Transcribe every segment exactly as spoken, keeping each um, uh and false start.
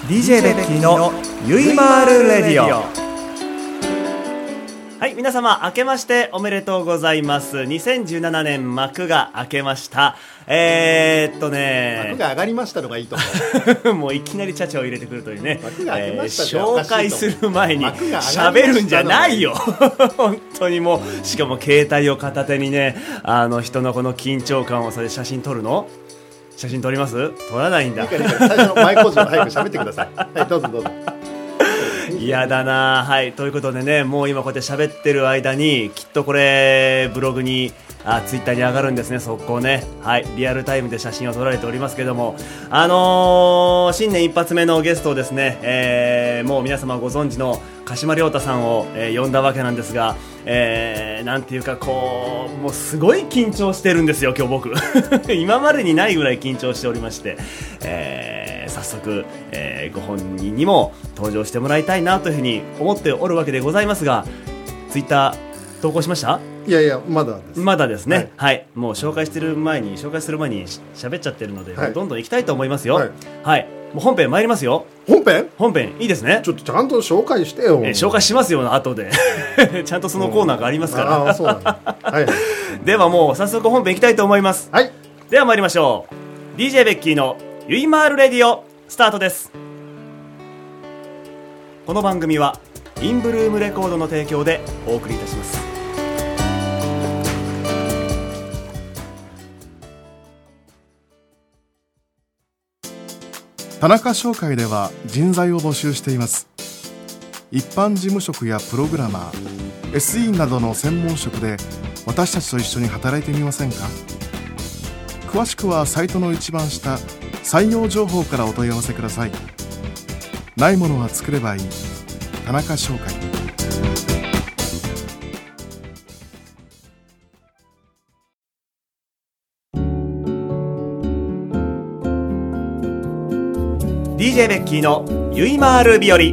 ディージェー ベッキーのゆいまーるレディオ。はい、皆様明けましておめでとうございます。にせんじゅうななねん幕が開けました。えー、っとね幕が上がりましたのがいいと思う。 もういきなりチャチャを入れてくるというね。 幕が開けましたじゃえー、紹介する前に幕が上がりました喋るんじゃないよ。本当にもう、しかも携帯を片手にね、あの人のこの緊張感をそれ写真撮るの？写真撮ります？撮らないんだ。 いいかいいか最初の前工場早く喋ってください。はい、どうぞどうぞ。 嫌だな。はい、ということでね、もう今こうやって喋ってる間にきっとこれブログにあツイッターに上がるんですね、速攻ね。はい、リアルタイムで写真を撮られておりますけども、あのー、新年一発目のゲストをですね、えー、もう皆様ご存知の鹿島亮太さんを、えー、呼んだわけなんですが、えー、なんていうかこうもうすごい緊張してるんですよ今日僕。今までにないぐらい緊張しておりまして、えー、早速、えー、ご本人にも登場してもらいたいなというふうに思っておるわけでございますが、ツイッター投稿しました？ いやいやまだです。 まだですね。はい、はい、もう紹介してる前に紹介する前に喋っちゃってるので、はい、どんどん行きたいと思いますよ。はい、はい、もう本編参りますよ。 本編？ 本編いいですね。 ちょっとちゃんと紹介してよ。 えー、紹介しますよ後で。ちゃんとそのコーナーがありますから。 ああそうなんだ。はい、はい、 ではもう早速本編行きたいと思います。 はい。 では参りましょう。 ディージェー ベッキーのゆいまーるレディオスタートです。この番組はインブルームレコードの提供でお送りいたします。 田中商会では人材を募集しています。一般事務職やプログラマー、エスイー などの専門職で私たちと一緒に働いてみませんか？詳しくはサイトの一番下採用情報からお問い合わせください。ないものは作ればいい。田中商会。 ディージェー ベッキーのゆいまーる日和。う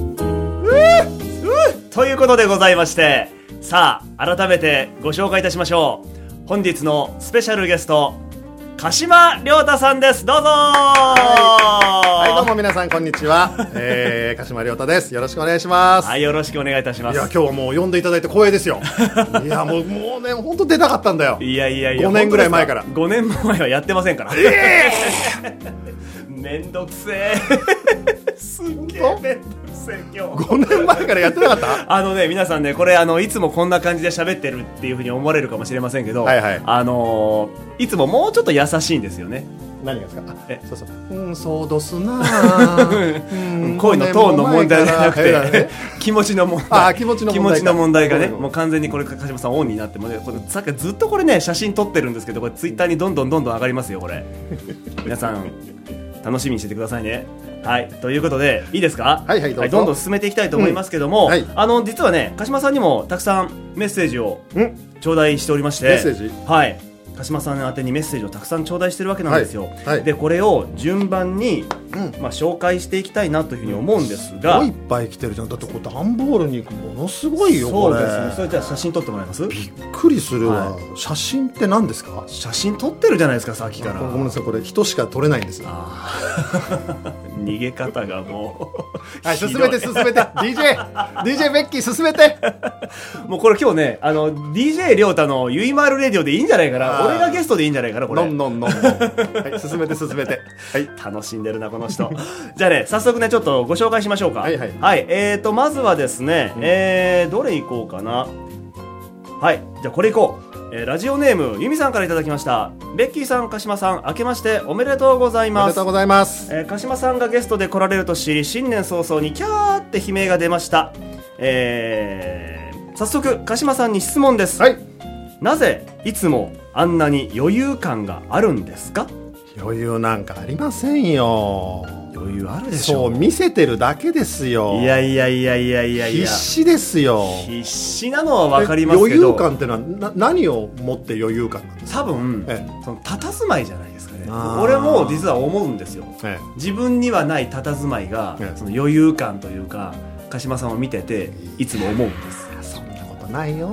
ーということでございまして、さあ改めてご紹介いたしましょう。本日のスペシャルゲスト鹿島亮太さんです。どうぞー。 はい、はい、どうも皆さんこんにちは。えー、鹿島亮太です。よろしくお願いします。 はい、よろしくお願いいたします。 いや今日はもう呼んでいただいて光栄ですよ。いやもうもうね本当出たかったんだよ。 いやいやいやごねんぐらい前から。 ごねんまえはやってませんから。 えーめんどくせえ。すっげえめんどくせえ今日。 ごねんまえからやってなかった？ あのね皆さんねこれあのいつもこんな感じで喋ってるっていう風に思われるかもしれませんけど、 はいはい、 あのー、いつももうちょっと優しいんですよね。 何がですか？えそうそううんそうどすなー。 声のトーンの問題じゃなくて気持ちの問題。 あ気持ちの問題。 気持ちの問題がねもう完全にこれ鹿島さんオンになってもねこれさっきずっとこれね写真撮ってるんですけどこれツイッターにどんどんどんどん上がりますよこれ。皆さん楽しみにしててくださいね。はいということでいいですか？ はいはいどうぞ、 はい、どんどん進めていきたいと思いますけども、うんはい、あの実はね鹿島さんにもたくさんメッセージを頂戴しておりまして、 メッセージはい鹿島さん宛てにメッセージをたくさん頂戴してるわけなんですよ、はいはい、でこれを順番に、うんまあ、紹介していきたいなというふうに思うんですが、 すごいいっぱい来てるじゃん。だってこれ段ボールにものすごいよこれ。 そうですね。それじゃあ写真撮ってもらえます？ びっくりするわ、はい、写真って何ですか？ 写真撮ってるじゃないですかさっきから。 ごめんなさいこれ人しか撮れないんですよ。 逃げ方がもうはい進めて進めて ディージェー ディージェー ベッキー進めて。 もうこれ今日ねあの ディージェー 亮太のゆいまーるレディオでいいんじゃないかな。俺がゲストでいいんじゃないかなこれ。 ノンノンノンノン。はい進めて進めて。 はい楽しんでるなこの人。じゃあね早速ねちょっとご紹介しましょうか。 はいはい、 はい、えーとまずはですね、うん、えー、どれいこうかな。はいじゃあこれいこう。えー、ラジオネームゆみさんからいただきました。ベッキーさん鹿島さん明けましておめでとうございます。 おめでとうございます、 えー、鹿島さんがゲストで来られると知り新年早々にキャーって悲鳴が出ました。えー、早速鹿島さんに質問です、 はい、 なぜいつもあんなに余裕感があるんですか？ 余裕なんかありませんよ。 余裕あるでしょ。 そう見せてるだけですよ。 いやいやいやいやいやいや必死ですよ。 必死なのは分かりますけど余裕感ってのはな何をもって余裕感なんですか？ 多分その佇まいじゃないですかね。俺も実は思うんですよ、ええ、自分にはない佇まいが、ええ、その余裕感というか鹿島さんを見てていつも思うんです。 そんなことないよ。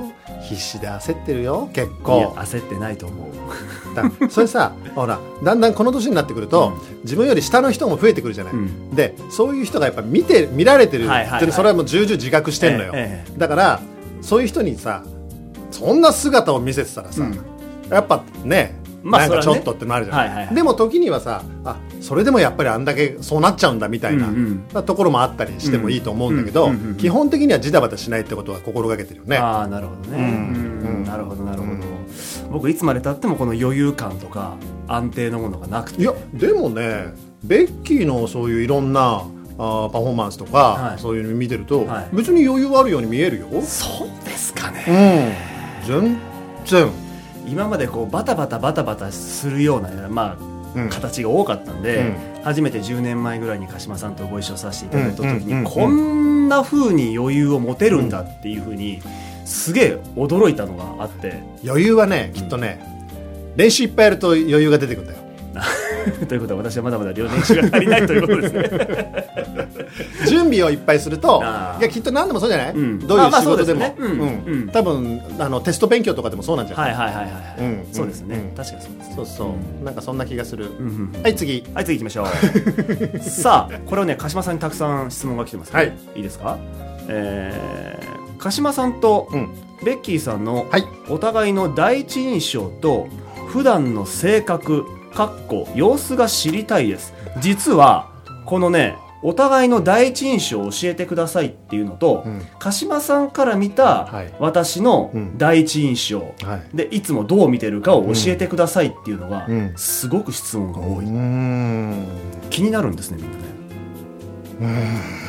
必死で焦ってるよ結いや構。 焦ってないと思う。 だそれさほらだんだんこの年になってくると、うん、自分より下の人も増えてくるじゃない、うん、でそういう人がやっぱ見て見られてるって、はいはいはい、それはもう重々自覚してんのよ、ええええ、だからそういう人にさそんな姿を見せてたらさ、うん、やっぱねまあ、なんかちょっとってなるじゃない、ねはいはいはい、でも時にはさあそれでもやっぱりあんだけそうなっちゃうんだみたいな、うんうん、ところもあったりしてもいいと思うんだけど、うんうんうんうん、基本的にはジタバタしないってことは心がけてるよね。 ああなるほどね、うんうん、なるほどなるほど、うん、僕いつまでたってもこの余裕感とか安定のものがなくて、 いやでもねベッキーのそういういろんなあパフォーマンスとか、はい、そういうの見てると、はい、別に余裕あるように見えるよ。 そうですかね、 うん、全然今までこうバタバタバタバタするような、まあうん、形が多かったんで、うん、初めてじゅうねんまえぐらいに鹿島さんとご一緒させていただいた時に、うんうんうんうん、こんな風に余裕を持てるんだっていう風にすげえ驚いたのがあって、 余裕はねきっとね、うん、練習いっぱいやると余裕が出てくるんだよということは私はまだまだ練習が足りないということですね準備をいっぱいするといやきっと何でもそうじゃない、うん、どういう仕事でも、まあまあそうですね、うんうん、多分あのテスト勉強とかでもそうなんじゃない。 はいはいはいはい、うん、そうですね、うん、確かにそうですね。 そうそう、うん、なんかそんな気がする、うんうんうん、 はい次はい次行きましょうさあこれをね鹿島さんにたくさん質問が来てます、ね、はい、いいですか、えー、鹿島さんとベッキーさんのお互いの第一印象と普段の性格かっこ様子が知りたいです。実はこのねお互いの第一印象を教えてくださいっていうのと、うん、鹿島さんから見た私の第一印象、うんはい、でいつもどう見てるかを教えてくださいっていうのが、うん、すごく質問が多い、うん、気になるんですねみんなね。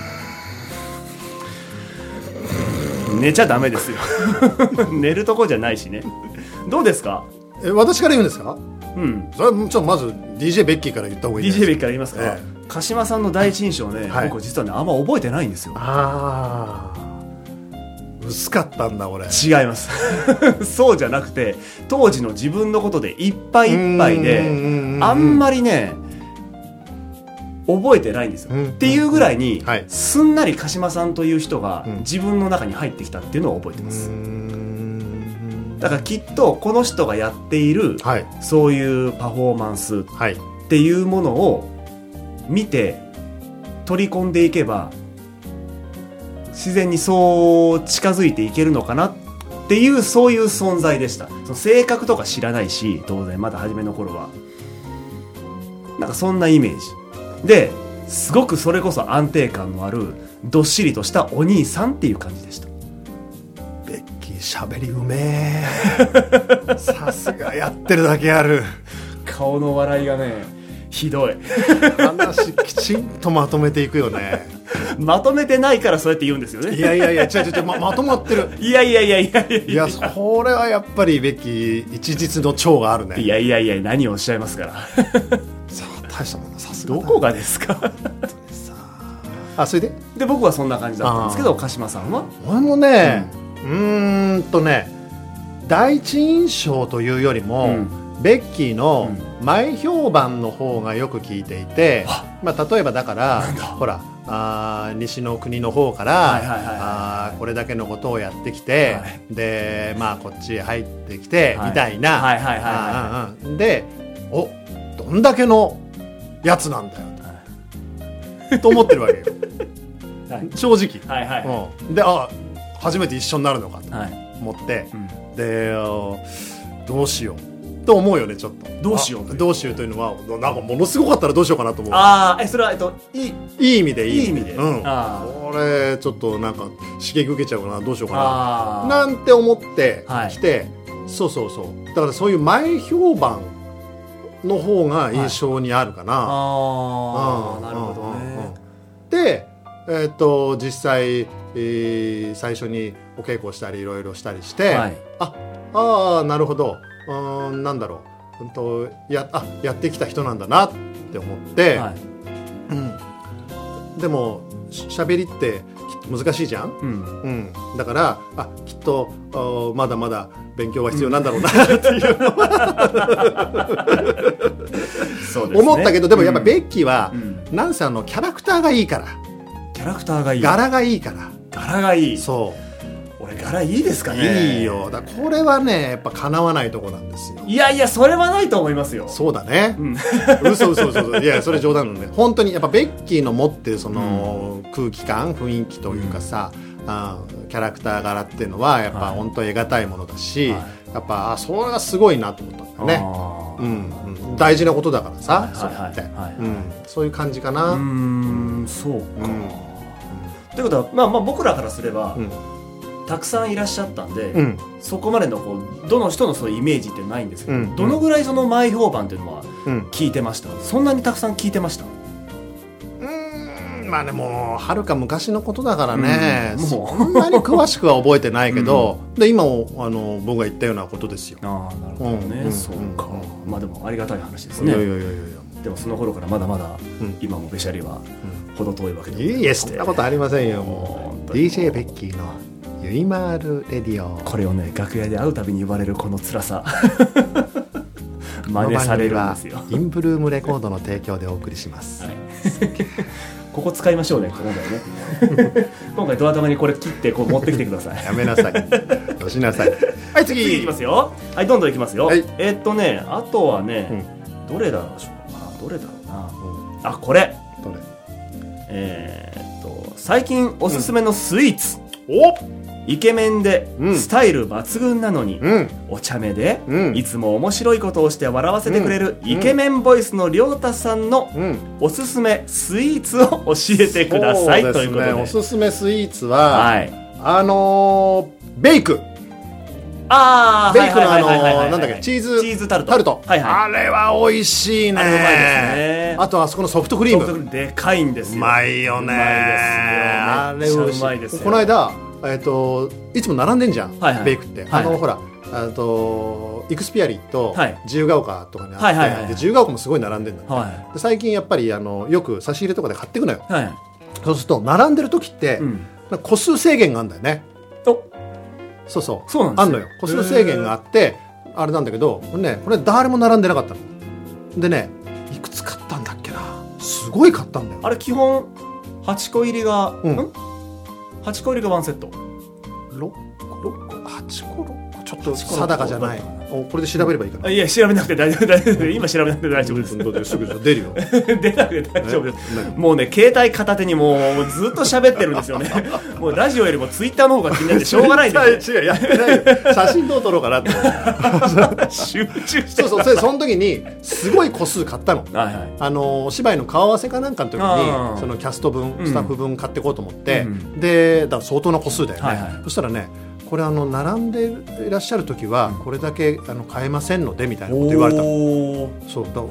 うん寝ちゃダメですよ寝るとこじゃないしね。どうですか。 え私から言うんですか。 うん、 それはちょっとまず ディージェー ベッキーから言った方がいいです。 ディージェー ベッキーから言いますか、ええ、鹿島さんの第一印象ね、はい、僕実はねあんま覚えてないんですよ。 ああ薄かったんだ俺。 違いますそうじゃなくて当時の自分のことでいっぱいいっぱいであんまりね覚えてないんですよ、うん、っていうぐらいに、はい、すんなり鹿島さんという人が自分の中に入ってきたっていうのを覚えてます。うんだからきっとこの人がやっている、はい、そういうパフォーマンスっていうものを見て取り込んでいけば自然にそう近づいていけるのかなっていうそういう存在でした。その性格とか知らないし当然まだ初めの頃はなんかそんなイメージですごくそれこそ安定感のあるどっしりとしたお兄さんっていう感じでした。 ベッキー喋りうめえさすがやってるだけある。 顔の笑いがねひどい話きちんとまとめていくよねまとめてないからそうやって言うんですよね。 いやいやいや違う違う違う ま, まとまってるいやいやいやいやいやいやそれはやっぱりベッキー一日の長があるね。 いやいやいや何をおっしゃいますからさあ大したもんださすがどこがですかあそれでで僕はそんな感じだったんですけど鹿島さんは。 俺もね、うん、うーんとね第一印象というよりも、うんベッキーの前評判の方がよく聞いていて、うんまあ、例えばだからほらあ西の国の方から、はいはいはいはい、あこれだけのことをやってきて、はい、でまあこっちへ入ってきて、はい、みたいな、はいはいはいはい、でおどんだけのやつなんだよと、はい、と思ってるわけよ、はい、正直、はいはいはい、うん、であ初めて一緒になるのかと思って、はいうん、でどうしようと思うよねちょっと。 どうしようどうしようというのはなんかものすごかったらどうしようかなと思う。 ああえそれはえっといいいい意味でいいいい意味で、うん、 あこれちょっとなんか刺激受けちゃうかなどうしようかななんて思ってきて、はい、そうそうそうだからそういう前評判の方が印象にあるかな、はい、 ああ、うん、なるほどね。 でえー、っと実際、えー、最初にお稽古したりいろいろしたりして、はい、ああなるほどうんなんだろう、うん、と や, あやってきた人なんだなって思って、はいうん、でも喋りって難しいじゃん、うんうん、だからあきっとまだまだ勉強は必要なんだろうなっていうのは思ったけどでもやっぱベッキーは、うん、なんせあのキャラクターがいいからキャラクターがいい柄がいいから柄がいいそう俺れ柄いいですかね。 いいよ。だこれはねやっぱ叶わないとこなんですよ。 いやいやそれはないと思いますよ。 そうだね、うん、嘘嘘嘘嘘いやそれ冗談なんで本当にやっぱベッキーの持ってるその空気感雰囲気というかさ、うん、あキャラクター柄っていうのはやっぱ本当得難いものだし、はい、やっぱそれがすごいなと思ったんだよね、うんうん、大事なことだからさ、はい、それって、はいうん、そういう感じかな。 うーんそうか、うん、ということは、まあ、まあ僕らからすれば、うんたくさんいらっしゃったんで、うん、そこまでのこうどの人のそういうイメージってないんですけど、うん、どのぐらいその前評判っていうのは聞いてました、うん、そんなにたくさん聞いてました？ うーんまあねもうはるか昔のことだからね、うん、そんなに詳しくは覚えてないけど、うん、で今もあの僕が言ったようなことですよ。 ああなるほどね、うん、そうか、うん、まあでもありがたい話ですね。いやいやいやいやでもその頃からまだまだ、うん、今もべしゃりは程遠いわけで、 いいえそんなことありませんよ。もう ディージェー ベッキーのゆいまるレディオ。 これをね楽屋で会うたびに言われるこの辛さ真似されるんですよ。 インブルームレコードの提供でお送りします、はい、 ここ使いましょうね今回ね今回ドア玉にこれ切ってこう持ってきてくださいやめなさいよしなさいはい次次いきますよ。はいどんどんいきますよ、はい、えー、っとねあとはね、うん、どれだろうなどれだろうな、うん、あこれどれえー、っと最近おすすめのスイーツ、 うん、おイケメンでスタイル抜群なのに、うん、お茶目で、うん、いつも面白いことをして笑わせてくれるイケメンボイスのりょうたさんのおすすめスイーツを教えてください、うん、ということで、 おすすめスイーツは、はい、あのー、ベイクあベイクのあのー、なんだっけチーズチーズタルト、 タルト、はいはい、あれは美味しいね。あれうまいですね。あとあそこのソフトクリームでかいんですよ。 うまいよね。うまいですよ。あれうまいですよ。 この間えー、といつも並んでんじゃん、はいはい、ベイクって、はいはい、あのほらあとイクスピアリと自由が丘とかにあって、はいはいはいはい、で自由が丘もすごい並んでんだ、ねはい、で最近やっぱりあのよく差し入れとかで買っていくのよ、はい、そうすると並んでる時って、うん、個数制限があるんだよね。そうそうそうなんですよ。 あんのよ個数制限があってあれなんだけどこれねこれ誰も並んでなかったのでねいくつ買ったんだっけなすごい買ったんだよ。 あれ基本はちこ入りが、うん、んはちこ入りがワンセットろっこはちころっこちょっと定かじゃない。おこれで調べればいいかな。 いや調べなくて大丈夫大丈夫今調べなくて大丈夫です。 すぐ出るよ出なくて大丈夫です。もうね携帯片手にもうずっと喋ってるんですよねもうラジオよりもツイッターの方が気になってしょうがないんですよ、ね、違うやってないよ写真どう撮ろうかなって集中してそうそうそれその時にすごい個数買ったの、はいはい、あのお芝居の顔合わせかなんかの時にそのキャスト分スタッフ分買っていこうと思って、うん、でだから相当な個数だよね、はいはい、そしたらねこれあの並んでいらっしゃる時はこれだけあの買えませんのでみたいなこと言われた。そうだ、うん、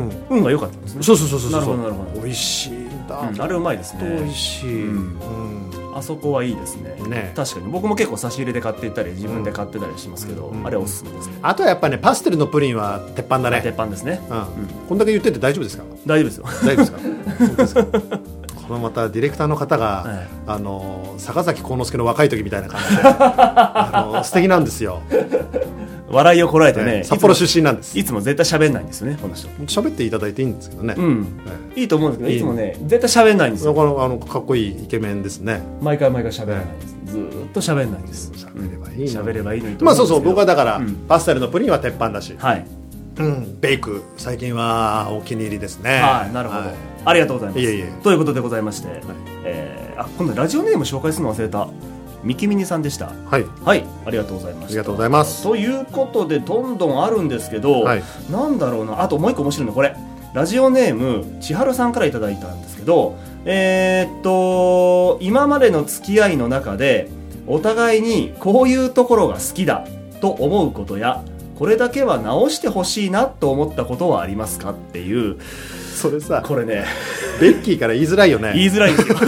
運が良かったんですね。 そうそうそうそうそう。 なるほどなるほど。 美味しいんだ、 うん、あれうまいですね。 美味しい、うんうん、あそこはいいです ね, ね確かに僕も結構差し入れで買っていったり自分で買ってたりしますけど、うん、あれおすすめですね。 あとはやっぱねパステルのプリンは鉄板だね。 鉄板ですね、 うんうん、こんだけ言ってて大丈夫ですか？ 大丈夫ですよ。 大丈夫ですか？本当ですか？このまたディレクターの方が、はい、あの坂崎幸之助の若い時みたいな感じであの素敵なんですよ。 笑いをこらえてね、 ね札幌出身なんです。 いつも絶対喋んないんですよねこの人。 喋っていただいていいんですけどね、 うんねいいと思うんですけどいつもね絶対喋んないんですよ。 あのかっこいいイケメンですね。 毎回毎回喋らないんです、ね、ずーっと喋んないんです。 喋ればいいのに喋ればいいのにまあそうそう僕はだから、うん、パステルのプリンは鉄板だし、 はいうん、ベイク最近はお気に入りですね。 はい、なるほど、はい、ありがとうございます。 いえいえということでございまして、はいえー、あ今度ラジオネーム紹介するの忘れた。ミキミニさんでした。 はい、 はい、ありがとうございました。 ありがとうございます。 ということでどんどんあるんですけど、はい、なんだろうなあともう一個面白いのこれラジオネーム千春さんからいただいたんですけどえー、っと今までの付き合いの中でお互いにこういうところが好きだと思うことやこれだけは直してほしいなと思ったことはありますかっていう。 それさこれねベッキーから言いづらいよね。 言いづらいんですよ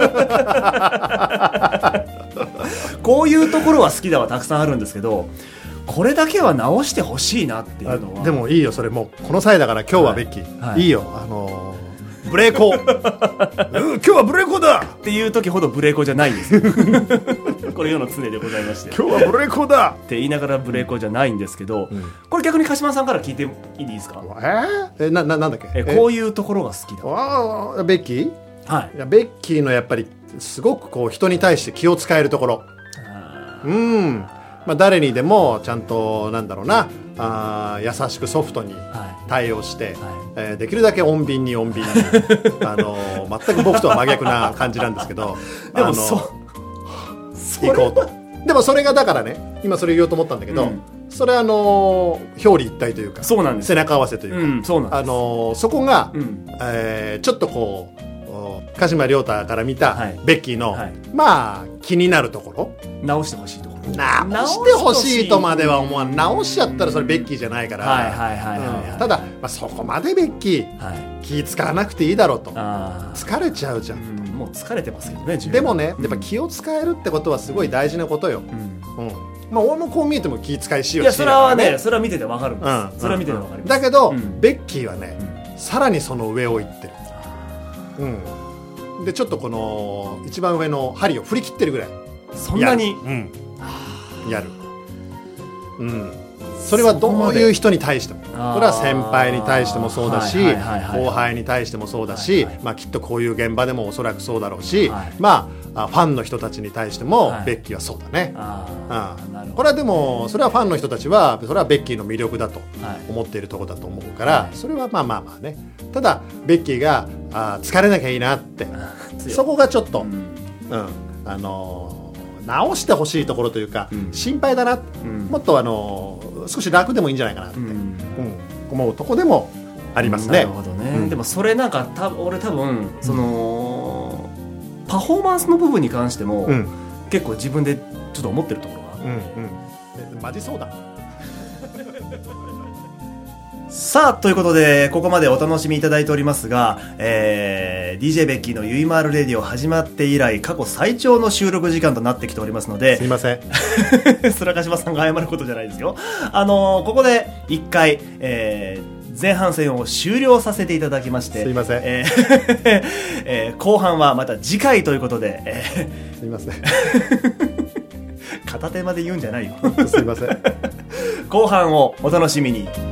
こういうところは好きだはたくさんあるんですけどこれだけは直してほしいなっていうのは。 でもいいよそれもうこの際だから今日はベッキー、はいはい、いいよあのー、ブレーコー、うん、今日はブレーコーだっていう時ほどブレーコーじゃないんですよこれ世の常でございまして今日はブレーコーだって言いながらブレーコーじゃないんですけど、うん、これ逆に鹿島さんから聞いていいですか？ えー、えなななんだっけえこういうところが好きだ。 あベッキー、 はい、 いやベッキーのやっぱりすごくこう人に対して気を使えるところ。 うんまあ、誰にでもちゃんとなんだろうなあ優しくソフトに対応して、はいえー、できるだけ穏便に穏便にあの全く僕とは真逆な感じなんですけどでもそ行こうとでもそれがだからね今それ言おうと思ったんだけど、うん、それはあの表裏一体というかそうなんです背中合わせというか、うん、 そうなんですあのそこが、うんえー、ちょっとこう鹿島亮太から見たベッキーの、はいはい、まあ気になるところ直してほしいところ直してほしいとまでは思わん直しちゃったらそれベッキーじゃないからただ、まあ、そこまでベッキー、はい、気使わなくていいだろうと疲れちゃうじゃん、うん、 もう疲れてますけどねでもねやっぱ気を使えるってことはすごい大事なことよ、うんうんまあ、俺もこう見えても気遣いしようし、ね、 いやそれはねそれは見ててわかるんです、うん、それは見ててわかります、 だけど、うん、ベッキーはね、うん、さらにその上を行ってるうんでちょっとこの一番上の針を振り切ってるぐらいそんなにやる、うん、やる、うん、それはどういう人に対してもそれは先輩に対してもそうだし後輩に対してもそうだし、はいはいまあ、きっとこういう現場でもおそらくそうだろうし、はい、まあファンの人たちに対してもベッキーはそうだね、はい、うん、これはでもそれはファンの人たちはそれはベッキーの魅力だと思っているところだと思うから、はい、それはまあまあまあねただベッキーがあ疲れなきゃいいなってそこがちょっと、うんうん、あのー、直してほしいところというか、うん、心配だな、うん、もっと、あのー、少し楽でもいいんじゃないかなって、うんうん、思うとこでもありますね。 なるほどね、うん、でもそれなんかた俺多分その、うん、パフォーマンスの部分に関しても、うん、結構自分でちょっと思ってるところが、 うんうん、マジそうださあということでここまでお楽しみいただいておりますが、えー、ディージェー ベッキーのゆいまーるレディオ始まって以来過去最長の収録時間となってきておりますのですいませんそれは鹿島さんが謝ることじゃないですよ。あのー、ここで一回、えー、前半戦を終了させていただきましてすいません、 えーえー、後半はまた次回ということで、えー、すいません片手まで言うんじゃないよすいません後半をお楽しみに。